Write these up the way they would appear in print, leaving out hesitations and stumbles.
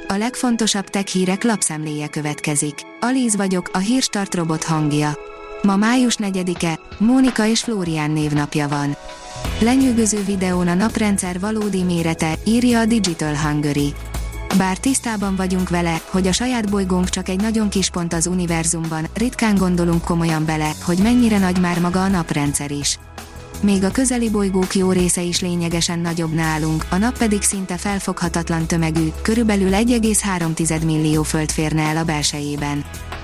A legfontosabb tech hírek lapszemléje következik. Alíz vagyok, a Hírstart robot hangja. Ma május 4-e, Mónika és Flórián névnapja van. Lenyűgöző videón a naprendszer valódi mérete, írja a Digital Hungary. Bár tisztában vagyunk vele, hogy a saját bolygónk csak egy nagyon kis pont az univerzumban, ritkán gondolunk komolyan bele, hogy mennyire nagy már maga a naprendszer is. Még a közeli bolygók jó része is lényegesen nagyobb nálunk, a nap pedig szinte felfoghatatlan tömegű, körülbelül 1,3 millió föld férne el a belsejében.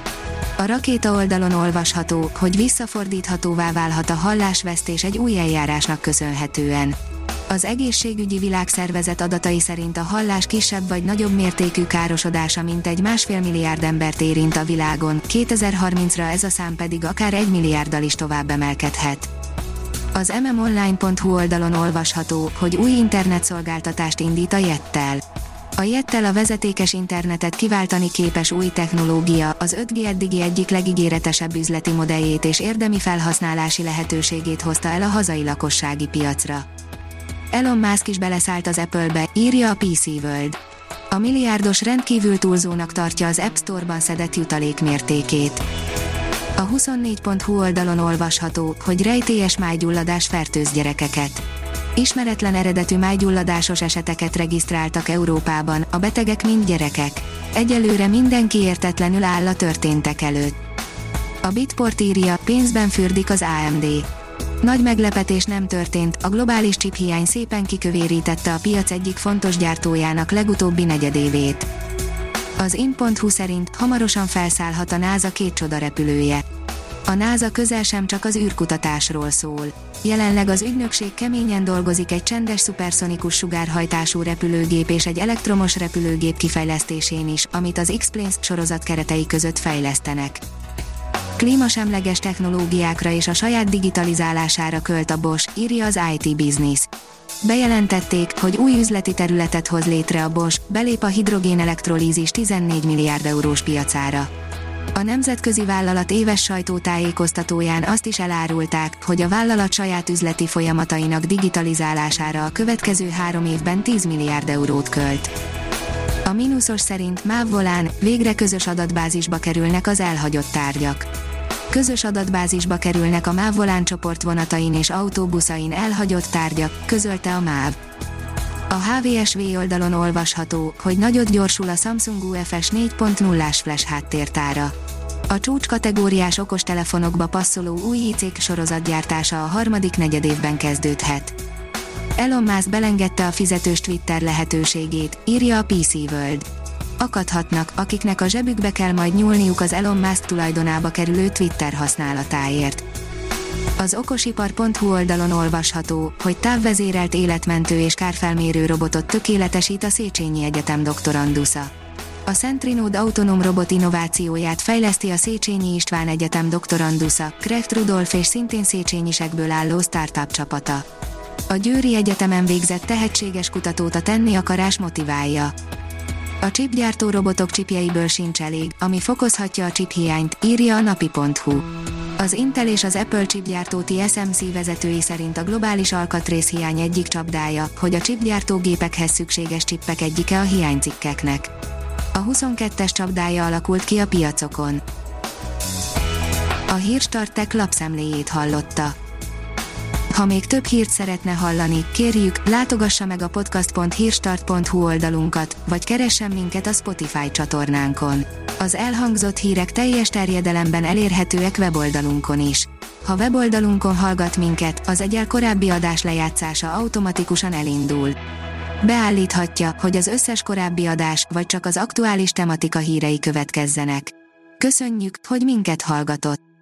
A rakéta oldalon olvasható, hogy visszafordíthatóvá válhat a hallásvesztés egy új eljárásnak köszönhetően. Az Egészségügyi Világszervezet adatai szerint a hallás kisebb vagy nagyobb mértékű károsodása mintegy 1,5 milliárd embert érint a világon, 2030-ra ez a szám pedig akár 1 milliárddal is tovább emelkedhet. Az mmonline.hu oldalon olvasható, hogy új internetszolgáltatást indít a Yettel. A Yettel a vezetékes internetet kiváltani képes új technológia, az 5G eddigi egyik legígéretesebb üzleti modelljét és érdemi felhasználási lehetőségét hozta el a hazai lakossági piacra. Elon Musk is beleszállt az Apple-be, írja a PC World. A milliárdos rendkívül túlzónak tartja az App Store-ban szedett jutalék mértékét. A 24.hu oldalon olvasható, hogy rejtélyes májgyulladás fertőz gyerekeket. Ismeretlen eredetű májgyulladásos eseteket regisztráltak Európában, a betegek mind gyerekek. Egyelőre mindenki értetlenül áll a történtek előtt. A Bitport írja, pénzben fürdik az AMD. Nagy meglepetés nem történt, a globális chiphiány szépen kikövérítette a piac egyik fontos gyártójának legutóbbi negyedévét. Az in.hu szerint hamarosan felszállhat a NASA 2 csodarepülője. A NASA közel sem csak az űrkutatásról szól. Jelenleg az ügynökség keményen dolgozik egy csendes szuperszonikus sugárhajtású repülőgép és egy elektromos repülőgép kifejlesztésén is, amit az X-Planes sorozat keretei között fejlesztenek. Klímasemleges technológiákra és a saját digitalizálására költ a Bosch, írja az IT Business. Bejelentették, hogy új üzleti területet hoz létre a Bosch, belép a hidrogénelektrolízis 14 milliárd eurós piacára. A nemzetközi vállalat éves sajtótájékoztatóján azt is elárulták, hogy a vállalat saját üzleti folyamatainak digitalizálására a következő 3 évben 10 milliárd eurót költ. A mínuszos szerint MÁV Volán, végre közös adatbázisba kerülnek az elhagyott tárgyak. Közös adatbázisba kerülnek a MÁV Volán csoport vonatain és autóbuszain elhagyott tárgyak, közölte a MÁV. A HVSV oldalon olvasható, hogy nagyot gyorsul a Samsung UFS 4.0-ás flash háttértára. A csúcskategóriás okostelefonokba passzoló új IC sorozatgyártása a harmadik negyedévben kezdődhet. Elon Musk belengedte a fizetős Twitter lehetőségét, írja a PC World. Akadhatnak, akiknek a zsebükbe kell majd nyúlniuk az Elon Musk tulajdonába kerülő Twitter használatáért. Az okosipar.hu oldalon olvasható, hogy távvezérelt életmentő és kárfelmérő robotot tökéletesít a Széchenyi Egyetem doktorandusza. A Sentrinode autonóm robot innovációját fejleszti a Széchenyi István Egyetem doktorandusza, Krecht Rudolf és szintén széchenyisekből álló startup csapata. A Győri Egyetemen végzett tehetséges kutatót a tenni akarás motiválja. A chipgyártó robotok chipjeiből sincs elég, ami fokozhatja a chiphiányt, írja a napi.hu. Az Intel és az Apple chipgyártó TSMC vezetői szerint a globális alkatrészhiány egyik csapdája, hogy a chipgyártó gépekhez szükséges csippek egyike a hiánycikkeknek. A 22-es csapdája alakult ki a piacokon. A Hírstart Tech lapszemléjét hallotta. Ha még több hírt szeretne hallani, kérjük, látogassa meg a podcast.hírstart.hu oldalunkat, vagy keressen minket a Spotify csatornánkon. Az elhangzott hírek teljes terjedelemben elérhetőek weboldalunkon is. Ha weboldalunkon hallgat minket, az egyel korábbi adás lejátszása automatikusan elindul. Beállíthatja, hogy az összes korábbi adás, vagy csak az aktuális tematika hírei következzenek. Köszönjük, hogy minket hallgatott!